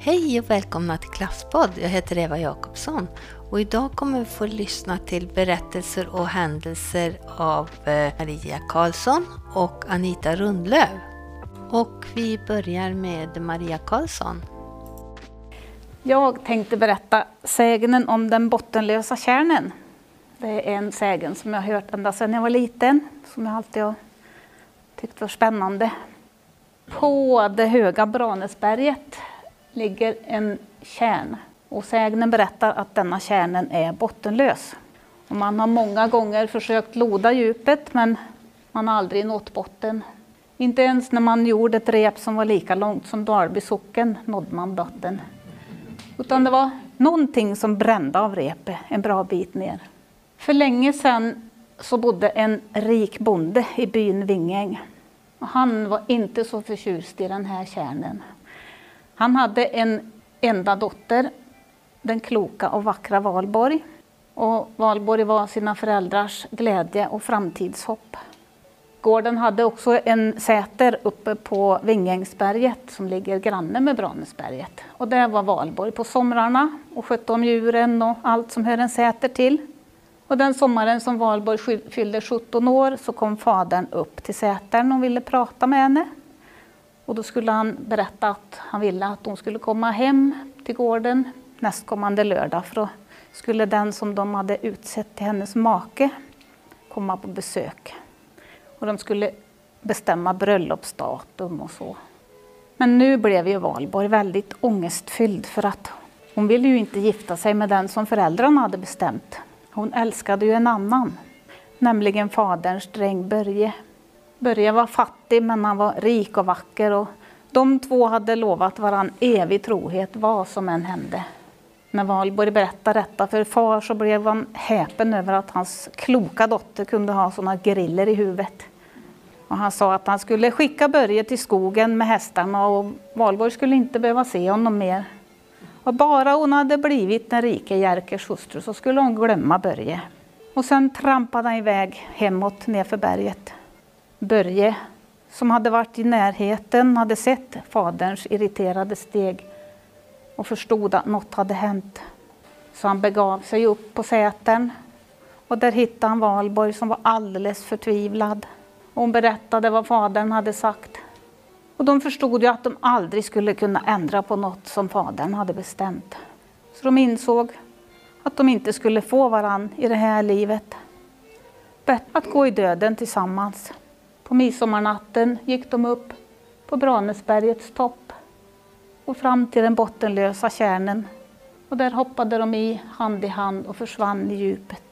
Hej och välkomna till Klasspodd. Jag heter Eva Jakobsson och idag kommer vi få lyssna till berättelser och händelser av Maria Karlsson och Anita Rundlöv. Och vi börjar med Maria Karlsson. Jag tänkte berätta sägnen om den bottenlösa tjärnen. Det är en sägen som jag har hört ända sedan jag var liten, som jag alltid har tyckt var spännande. På det höga Branäsberget ligger en tjärn och sägnen berättar att denna tjärnen är bottenlös. Och man har många gånger försökt loda djupet, men man har aldrig nått botten. Inte ens när man gjorde ett rep som var lika långt som Dalby socken nådde man botten. Utan det var någonting som brände av repet en bra bit ner. För länge sedan så bodde en rik bonde i byn Vingäng. Och han var inte så förtjust i den här tjärnen. Han hade en enda dotter, den kloka och vackra Valborg. Och Valborg var sina föräldrars glädje och framtidshopp. Gården hade också en säter uppe på Vingängsberget som ligger granne med Branäsberget. Och där var Valborg på somrarna och skötte om djuren och allt som hör en säter till. Och den sommaren som Valborg fyllde 17 år så kom fadern upp till sätern och ville prata med henne. Och då skulle han berätta att han ville att hon skulle komma hem till gården nästkommande lördag. För då skulle den som de hade utsett till hennes make komma på besök. Och de skulle bestämma bröllopsdatum och så. Men nu blev ju Valborg väldigt ångestfylld för att hon ville ju inte gifta sig med den som föräldrarna hade bestämt. Hon älskade ju en annan, nämligen faderns dräng Börje. Börje var fattig men han var rik och vacker och de två hade lovat varann evig trohet vad som än hände. När Valborg berättade detta för far så blev han häpen över att hans kloka dotter kunde ha sådana griller i huvudet. Och han sa att han skulle skicka Börje till skogen med hästarna och Valborg skulle inte behöva se honom mer. Och bara hon hade blivit den rike Jerkers hustru så skulle hon glömma Börje. Och sen trampade han iväg hemåt nerför berget. Börje, som hade varit i närheten, hade sett faderns irriterade steg och förstod att något hade hänt. Så han begav sig upp på sätern och där hittade han Valborg som var alldeles förtvivlad. Och hon berättade vad fadern hade sagt. Och de förstod ju att de aldrig skulle kunna ändra på något som fadern hade bestämt. Så de insåg att de inte skulle få varann i det här livet. Bättre att gå i döden tillsammans. På midsommarnatten gick de upp på Branäsbergets topp och fram till den bottenlösa tjärnen. Och där hoppade de i hand och försvann i djupet.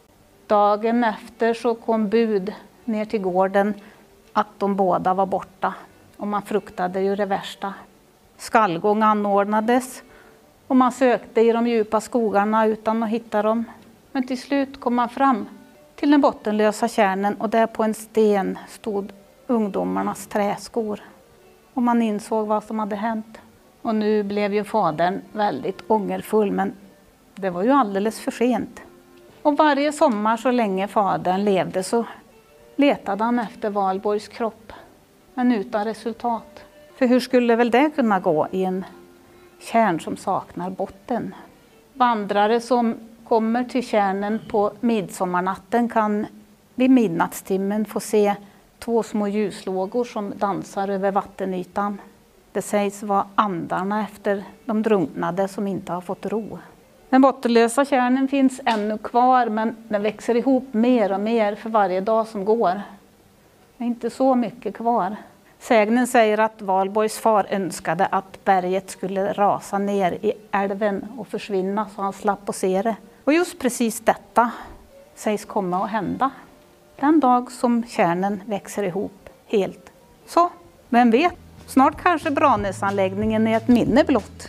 Dagen efter så kom bud ner till gården att de båda var borta. Och man fruktade ju det värsta. Skallgång anordnades och man sökte i de djupa skogarna utan att hitta dem. Men till slut kom man fram till den bottenlösa tjärnen och där på en sten stod ungdomarnas träskor. Och man insåg vad som hade hänt. Och nu blev ju fadern väldigt ångerfull, men det var ju alldeles för sent. Och varje sommar så länge fadern levde så letade han efter Valborgs kropp. Men utan resultat. För hur skulle väl det kunna gå i en tjärn som saknar botten? Vandrare som kommer till tjärnen på midsommarnatten kan vid midnattstimmen få se 2 små ljuslågor som dansar över vattenytan. Det sägs vara andarna efter de drunknade som inte har fått ro. Den bottenlösa tjärnen finns ännu kvar men den växer ihop mer och mer för varje dag som går. Det är inte så mycket kvar. Sägnen säger att Valborgs far önskade att berget skulle rasa ner i älven och försvinna så han slapp att se det. Och just precis detta sägs komma att hända. Den dag som tjärnen växer ihop helt. Så, vem vet? Snart kanske Branäsanläggningen är ett minne blott.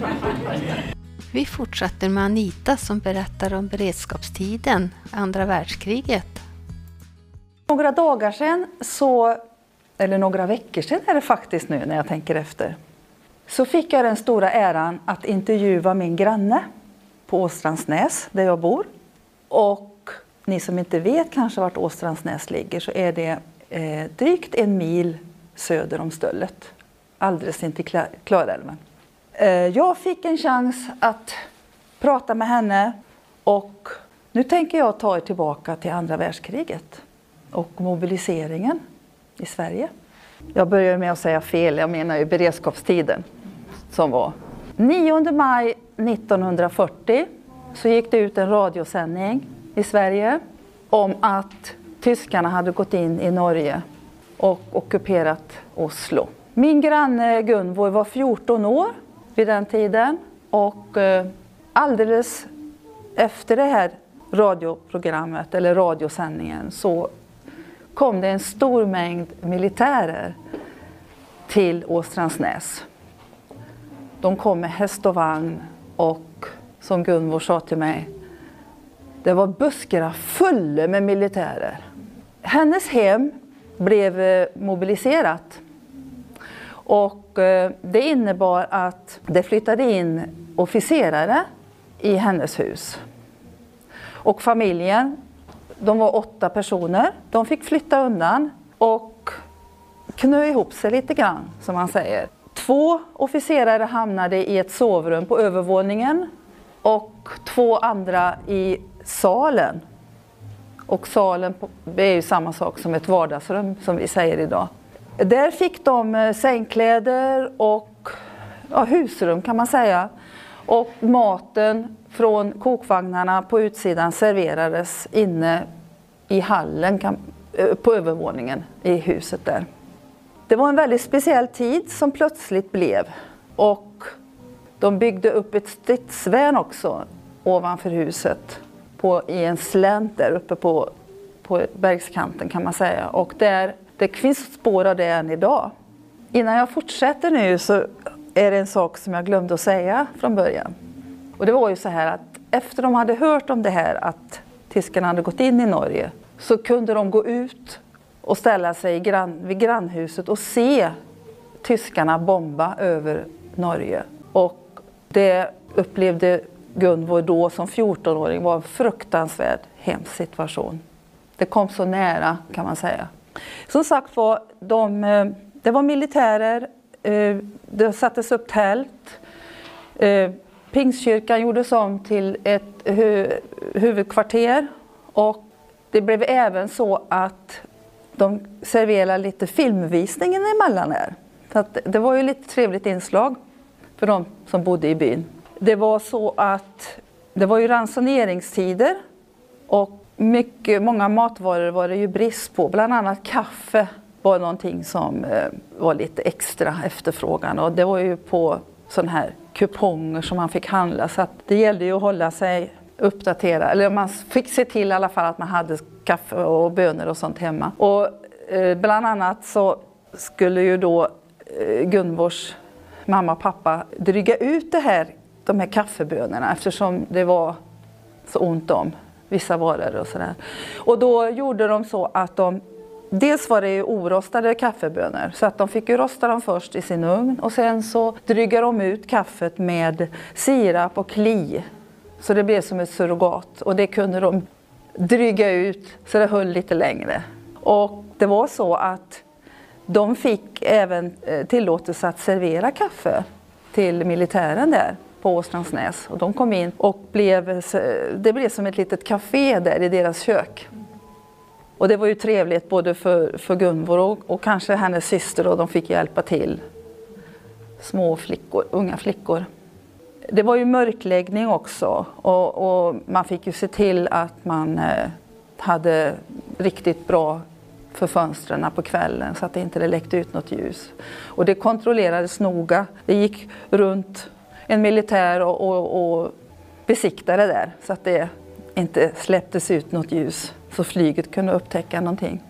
Vi fortsätter med Anita som berättar om beredskapstiden, andra världskriget. Några dagar sedan, eller några veckor sedan är det faktiskt nu när jag tänker efter, så fick jag den stora äran att intervjua min granne på Åstrandsnäs där jag bor. Och ni som inte vet kanske vart Åstrandsnäs ligger så är det drygt 1 mil söder om Stöllet, alldeles intill Klarälven. Jag fick en chans att prata med henne och nu tänker jag ta er tillbaka till andra världskriget och mobiliseringen i Sverige. Jag börjar med att säga fel, jag menar ju beredskapstiden som var. 9 maj 1940 så gick det ut en radiosändning i Sverige om att tyskarna hade gått in i Norge och ockuperat Oslo. Min granne Gunvor var 14 år vid den tiden och alldeles efter det här radioprogrammet eller radiosändningen så kom det en stor mängd militärer till Åstrandsnäs. De kom med häst och vagn och som Gunvor sa till mig, det var buskarna fulla med militärer. Hennes hem blev mobiliserat och det innebar att det flyttade in officerare i hennes hus. Och familjen, de var 8 personer, de fick flytta undan och knö ihop sig lite grann som man säger. 2 officerare hamnade i ett sovrum på övervåningen och 2 andra i salen. Och salen är ju samma sak som ett vardagsrum som vi säger idag. Där fick de sängkläder och husrum kan man säga. Och maten från kokvagnarna på utsidan serverades inne i hallen på övervåningen i huset där. Det var en väldigt speciell tid som plötsligt blev och de byggde upp ett stridsvärn också ovanför huset i en slänt där uppe på bergskanten kan man säga. Och det finns spår av det än idag. Innan jag fortsätter nu så är det en sak som jag glömde att säga från början. Och det var ju så här att efter de hade hört om det här att tyskarna hade gått in i Norge så kunde de gå ut och ställa sig vid grannhuset och se tyskarna bomba över Norge. Och det upplevde Gunvor då som 14-åring var en fruktansvärd hemsk situation. Det kom så nära kan man säga. Som sagt var, det var militärer, det sattes upp tält. Pingstkyrkan gjordes om till ett huvudkvarter och det blev även så att de serverade lite filmvisningen emellan där. Så att det var ju lite trevligt inslag för de som bodde i byn. Det var så att det var ju ransoneringstider och många matvaror var det ju brist på. Bland annat kaffe var någonting som var lite extra efterfrågan och det var ju på sådana här kuponger som man fick handla så att det gällde ju att hålla sig uppdaterad. Eller man fick se till i alla fall att man hade kaffe och bönor och sånt hemma. Och bland annat så skulle ju då Gunvors mamma och pappa dryga ut de här kaffebönorna eftersom det var så ont om vissa varor och sådär. Och då gjorde de så att dels var det ju orostade kaffebönor så att de fick ju rosta dem först i sin ugn och sen så drygade de ut kaffet med sirap och kli. Så det blev som ett surrogat och det kunde de dryga ut så det höll lite längre. Och det var så att de fick även tillåtelse att servera kaffe till militären där på Åstrandsnäs. Och de kom in och det blev som ett litet café där i deras kök. Och det var ju trevligt både för Gunvor och kanske hennes syster och de fick hjälpa till små flickor, unga flickor. Det var ju mörkläggning också och man fick ju se till att man hade riktigt bra för fönstren på kvällen så att det inte läckte ut något ljus. Och det kontrollerades noga. Det gick runt en militär och besiktade där så att det inte släpptes ut något ljus så flyget kunde upptäcka någonting.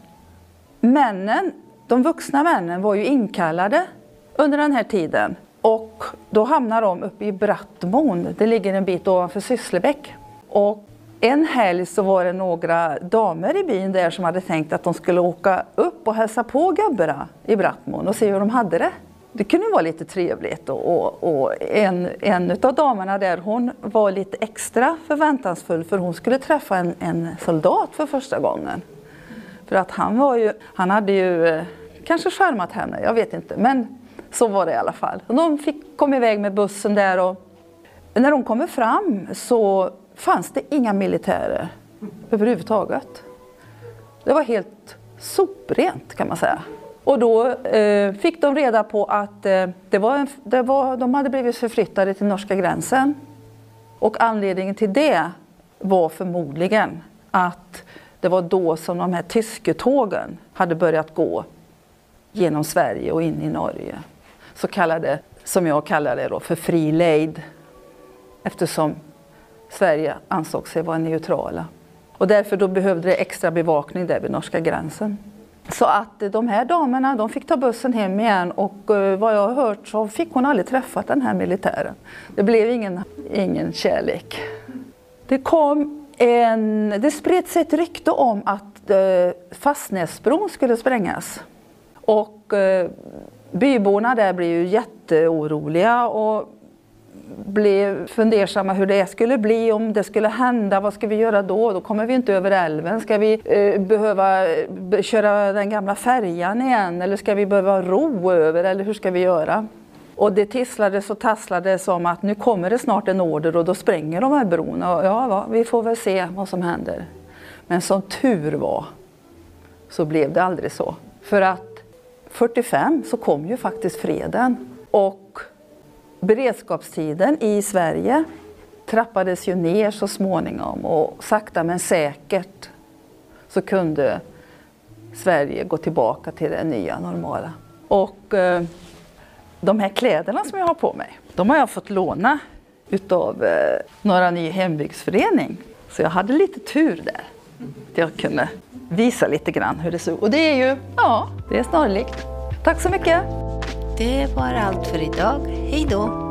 De vuxna männen var ju inkallade under den här tiden och då hamnar de uppe i Brattmon. Det ligger en bit ovanför Sysslebäck. Och en helg så var det några damer i byn där som hade tänkt att de skulle åka upp och hälsa på gubbarna i Brattmon och se hur de hade det. Det kunde vara lite trevligt och en av damerna där hon var lite extra förväntansfull för hon skulle träffa en soldat för första gången. För att han hade ju kanske charmat henne, jag vet inte. Men Så var det i alla fall. De kom iväg med bussen där och när de kommer fram så fanns det inga militärer överhuvudtaget. Det var helt soprent kan man säga. Och då fick de reda på att de hade blivit förflyttade till norska gränsen. Och anledningen till det var förmodligen att det var då som de här tyskertågen hade börjat gå genom Sverige och in i Norge. Så kallade, som jag kallar det då, för fri lejd. Eftersom Sverige ansåg sig vara neutrala. Och därför då behövde det extra bevakning där vid norska gränsen. Så att de här damerna, de fick ta bussen hem igen och vad jag har hört så fick hon aldrig träffat den här militären. Det blev ingen kärlek. Det spred sig ett rykte om att Fastnäsbron skulle sprängas. Och byborna där blev ju jätteoroliga och blev fundersamma hur det skulle bli, om det skulle hända, vad ska vi göra då? Då kommer vi inte över älven. Ska vi behöva köra den gamla färjan igen eller ska vi behöva ro över eller hur ska vi göra? Och det tisslades och tasslades om att nu kommer det snart en order och då spränger de här bron. Och ja, vi får väl se vad som händer. Men som tur var så blev det aldrig så. För att 45 så kom ju faktiskt freden och beredskapstiden i Sverige trappades ju ner så småningom och sakta men säkert så kunde Sverige gå tillbaka till det nya normala. Och de här kläderna som jag har på mig, de har jag fått låna utav Norra Ny hembygdsförening. Så jag hade lite tur där. Jag kunde visa lite grann hur det såg ut. Och det är ju, ja, det är snarlikt. Tack så mycket! Det var allt för idag. Hej då!